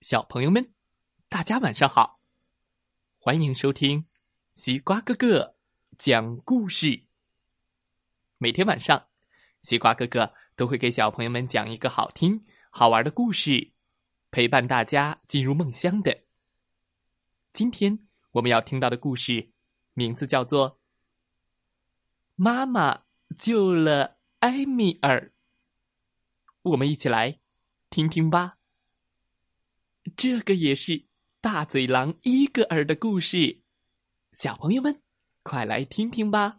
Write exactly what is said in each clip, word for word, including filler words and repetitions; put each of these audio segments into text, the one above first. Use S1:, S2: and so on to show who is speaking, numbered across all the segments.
S1: 小朋友们，大家晚上好！欢迎收听西瓜哥哥讲故事。每天晚上，西瓜哥哥都会给小朋友们讲一个好听、好玩的故事，陪伴大家进入梦乡的。今天我们要听到的故事，名字叫做《妈妈救了埃米尔》。我们一起来听听吧。这个也是大嘴狼伊格尔的故事，小朋友们快来听听吧。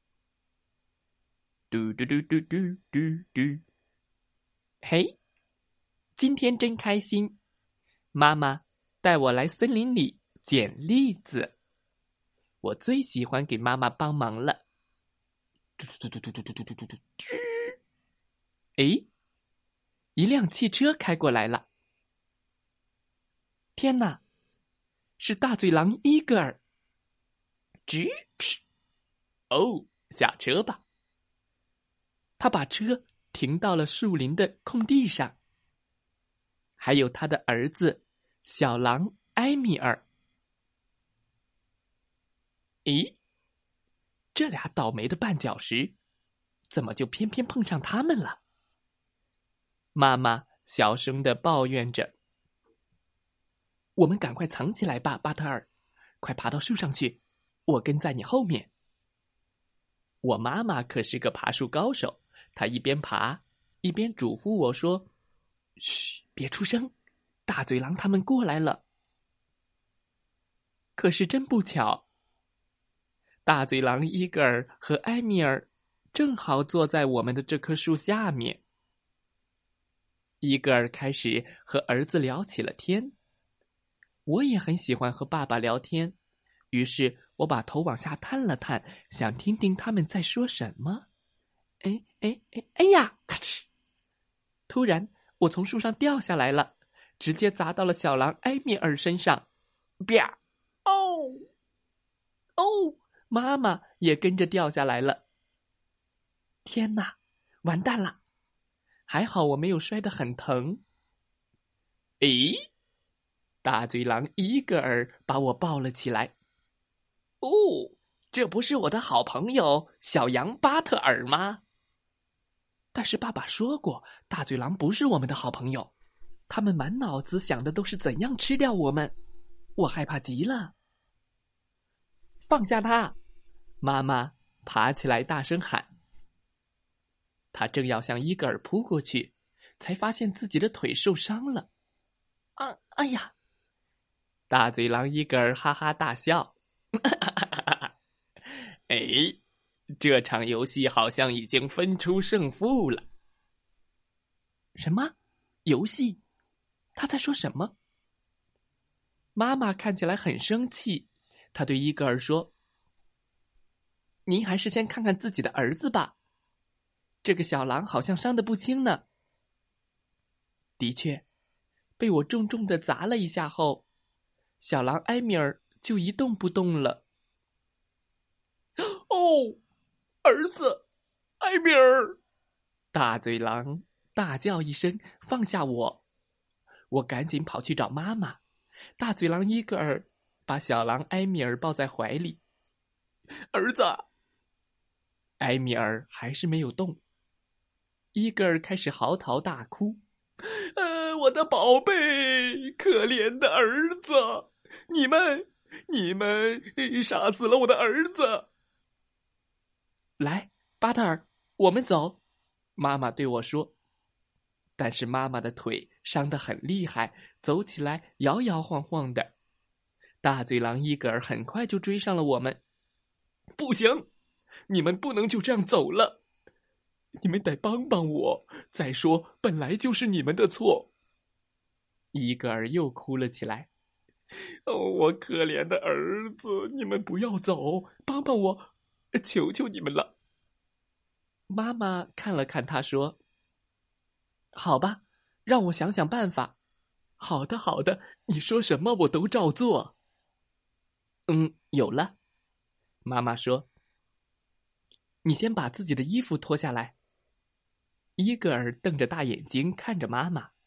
S1: 嘟嘟嘟嘟嘟嘟嘟，嘿，今天真开心，妈妈带我来森林里捡栗子，我最喜欢给妈妈帮忙了。嘟嘟嘟嘟嘟嘟嘟嘟嘟嘟，哎，一辆汽车开过来了。天哪，是大嘴狼伊格尔！吱吱，哦，下车吧。他把车停到了树林的空地上，还有他的儿子小狼埃米尔。咦，这俩倒霉的绊脚石，怎么就偏偏碰上他们了？妈妈小声地抱怨着。我们赶快藏起来吧，巴特尔，快爬到树上去，我跟在你后面。我妈妈可是个爬树高手，她一边爬一边嘱咐我说：嘘，别出声，大嘴狼他们过来了。可是真不巧，大嘴狼伊格尔和埃米尔正好坐在我们的这棵树下面。伊格尔开始和儿子聊起了天。我也很喜欢和爸爸聊天，于是我把头往下探了探，想听听他们在说什么。哎哎哎哎呀！咔哧！突然，我从树上掉下来了，直接砸到了小狼埃米尔身上。啪！哦哦！妈妈也跟着掉下来了。天哪，完蛋了！还好我没有摔得很疼。诶？大嘴狼伊格尔把我抱了起来。哦，这不是我的好朋友小羊巴特尔吗？但是爸爸说过，大嘴狼不是我们的好朋友，他们满脑子想的都是怎样吃掉我们。我害怕极了。放下他！妈妈爬起来大声喊。他正要向伊格尔扑过去，才发现自己的腿受伤了。啊，哎呀！大嘴狼伊格尔哈哈大笑。哎，这场游戏好像已经分出胜负了。什么？游戏？他在说什么？妈妈看起来很生气，她对伊格尔说：您还是先看看自己的儿子吧，这个小狼好像伤得不轻呢。的确，被我重重地砸了一下后，小狼埃米尔就一动不动了。哦，儿子，埃米尔！大嘴狼大叫一声，放下我。我赶紧跑去找妈妈。大嘴狼伊格尔把小狼埃米尔抱在怀里。儿子！埃米尔还是没有动。伊格尔开始嚎啕大哭。呃，我的宝贝，可怜的儿子，你们，你们杀死了我的儿子。来，巴特尔，我们走，妈妈对我说。但是妈妈的腿伤得很厉害，走起来摇摇晃晃的。大嘴狼伊格尔很快就追上了我们。不行，你们不能就这样走了，你们得帮帮我。再说，本来就是你们的错。伊格尔又哭了起来。哦，我可怜的儿子，你们不要走，帮帮我，求求你们了。妈妈看了看他说：好吧，让我想想办法。好的好的，你说什么我都照做。嗯，有了。妈妈说：你先把自己的衣服脱下来。伊格尔瞪着大眼睛看着妈妈，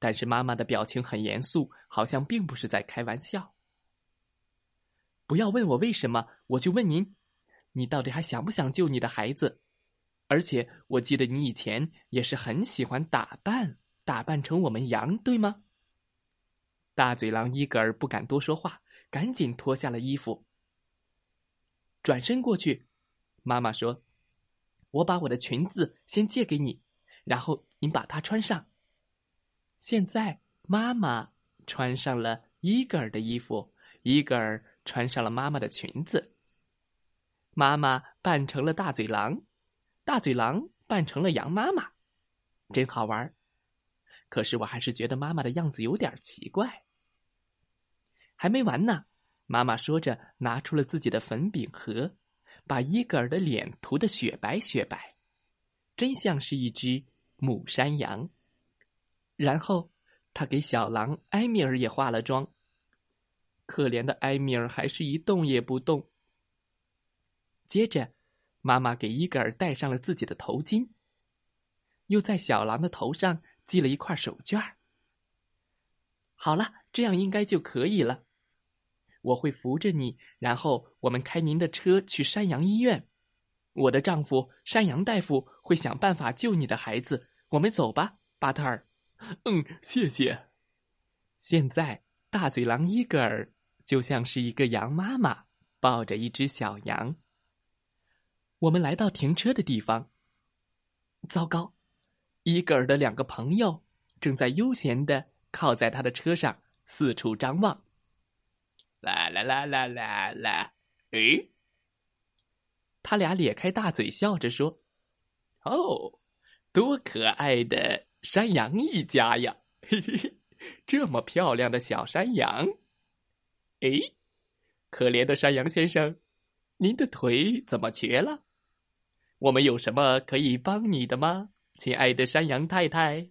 S1: 但是妈妈的表情很严肃，好像并不是在开玩笑。不要问我为什么，我就问您，你到底还想不想救你的孩子？而且我记得你以前也是很喜欢打扮，打扮成我们羊，对吗？大嘴狼伊格尔不敢多说话，赶紧脱下了衣服。转身过去，妈妈说：“我把我的裙子先借给你，然后您把它穿上。”现在妈妈穿上了伊格尔的衣服，伊格尔穿上了妈妈的裙子。妈妈扮成了大嘴狼，大嘴狼扮成了羊妈妈，真好玩。可是我还是觉得妈妈的样子有点奇怪。还没完呢，妈妈说着拿出了自己的粉饼盒，把伊格尔的脸涂得雪白雪白，真像是一只母山羊。然后她给小狼埃米尔也化了妆，可怜的埃米尔还是一动也不动。接着妈妈给伊格尔戴上了自己的头巾，又在小狼的头上系了一块手绢。好了，这样应该就可以了。我会扶着你，然后我们开您的车去山羊医院。我的丈夫山羊大夫会想办法救你的孩子。我们走吧，巴特尔。嗯，谢谢。现在大嘴狼伊格尔就像是一个羊妈妈，抱着一只小羊。我们来到停车的地方。糟糕，伊格尔的两个朋友正在悠闲地靠在他的车上，四处张望。啦啦啦啦啦啦！诶，他俩咧开大嘴笑着说：“哦，多可爱的山羊一家呀！嘿嘿嘿，这么漂亮的小山羊。诶，可怜的山羊先生，您的腿怎么瘸了？我们有什么可以帮你的吗，亲爱的山羊太太？”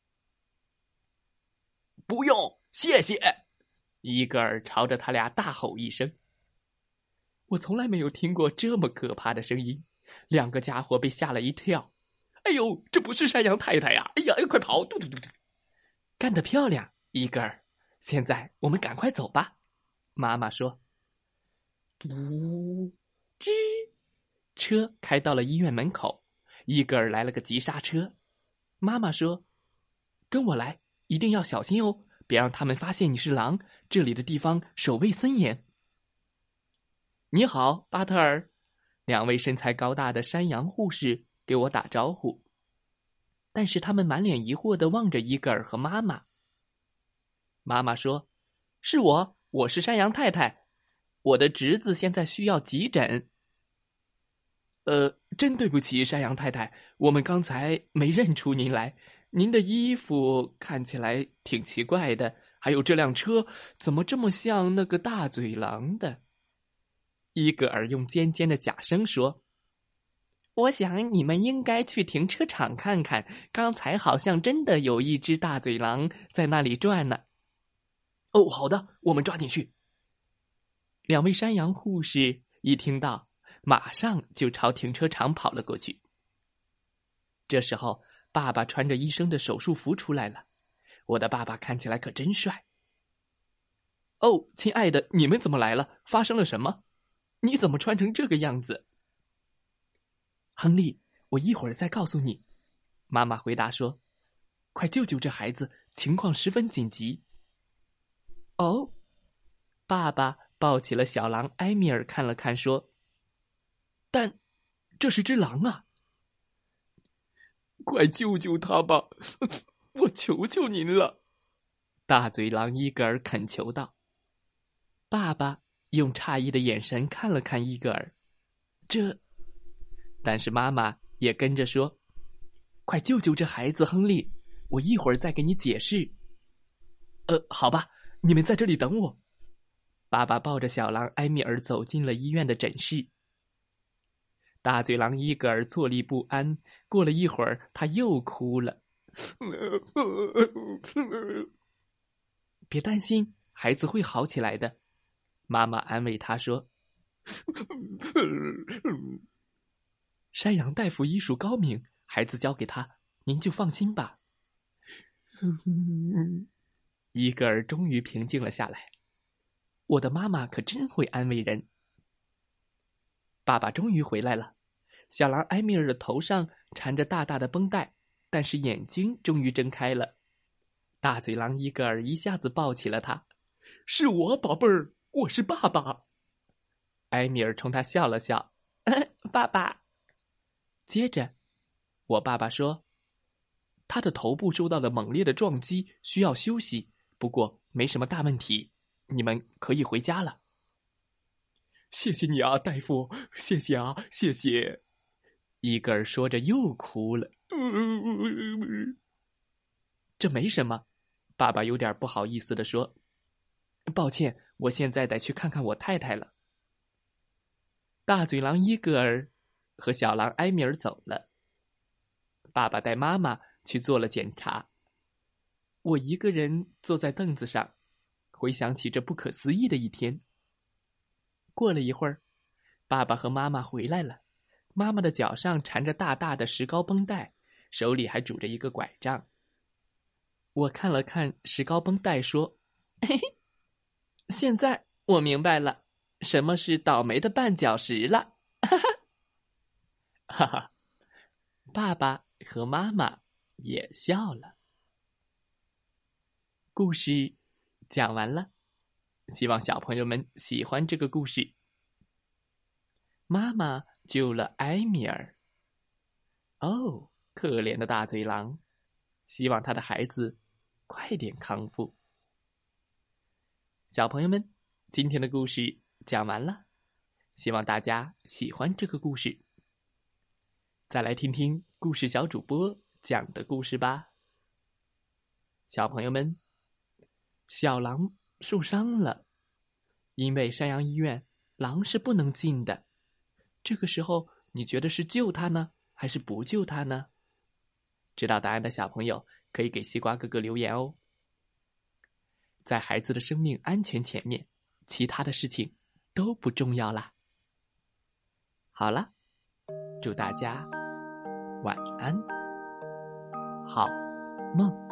S1: 不用，谢谢！伊格尔朝着他俩大吼一声。我从来没有听过这么可怕的声音，两个家伙被吓了一跳。哎呦，这不是山羊太太呀！哎呀，快跑！嘟嘟嘟嘟，干得漂亮，伊格尔！现在我们赶快走吧。妈妈说。嘟吱，车开到了医院门口，伊格尔来了个急刹车。妈妈说：“跟我来，一定要小心哦，别让他们发现你是狼，这里的地方守卫森严。”你好，巴特尔。两位身材高大的山羊护士给我打招呼，但是他们满脸疑惑地望着伊格尔和妈妈。妈妈说：“是我，我是山羊太太，我的侄子现在需要急诊。”呃，真对不起，山羊太太，我们刚才没认出您来。您的衣服看起来挺奇怪的，还有这辆车怎么这么像那个大嘴狼的？伊格尔用尖尖的假声说：“我想你们应该去停车场看看，刚才好像真的有一只大嘴狼在那里转呢。”哦，好的，我们抓紧去。两位山羊护士一听到，马上就朝停车场跑了过去。这时候，爸爸穿着医生的手术服出来了。我的爸爸看起来可真帅。哦，亲爱的，你们怎么来了？发生了什么？你怎么穿成这个样子？亨利，我一会儿再告诉你。妈妈回答说：“快救救这孩子，情况十分紧急。”哦，爸爸抱起了小狼埃米尔看了看，说：“但这是只狼啊！快救救他吧，我求求您了！”大嘴狼伊格尔恳求道。爸爸用诧异的眼神看了看伊格尔，这……但是妈妈也跟着说：“快救救这孩子，亨利！我一会儿再给你解释。”呃，好吧，你们在这里等我。爸爸抱着小狼埃米尔走进了医院的诊室。大嘴狼伊格尔坐立不安，过了一会儿，他又哭了。别担心，孩子会好起来的。妈妈安慰他说：“山羊大夫医术高明，孩子交给他，您就放心吧。” 伊戈尔终于平静了下来。我的妈妈可真会安慰人。爸爸终于回来了，小狼埃米尔的头上缠着大大的绷带，但是眼睛终于睁开了。大嘴狼伊戈尔一下子抱起了他。是我，宝贝儿，我是爸爸。埃米尔冲他笑了笑，爸爸。接着，我爸爸说，他的头部受到了猛烈的撞击，需要休息，不过没什么大问题，你们可以回家了。谢谢你啊，大夫，谢谢啊，谢谢。伊戈尔说着又哭了。这没什么，爸爸有点不好意思地说。抱歉，我现在得去看看我太太了。大嘴狼伊戈尔和小狼埃米尔走了。爸爸带妈妈去做了检查。我一个人坐在凳子上，回想起这不可思议的一天。过了一会儿，爸爸和妈妈回来了。妈妈的脚上缠着大大的石膏绷带，手里还拄着一个拐杖。我看了看石膏绷带，说：“嘿嘿，现在我明白了，什么是倒霉的绊脚石了。”哈哈，哈哈，爸爸和妈妈也笑了。故事讲完了，希望小朋友们喜欢这个故事。妈妈救了埃米尔。哦，可怜的大嘴狼，希望他的孩子快点康复。小朋友们，今天的故事讲完了，希望大家喜欢这个故事。再来听听故事小主播讲的故事吧。小朋友们，小狼受伤了，因为山羊医院狼是不能进的。这个时候，你觉得是救他呢，还是不救他呢？知道答案的小朋友可以给西瓜哥哥留言哦。在孩子的生命安全前面，其他的事情都不重要啦。好了，祝大家晚安，好梦。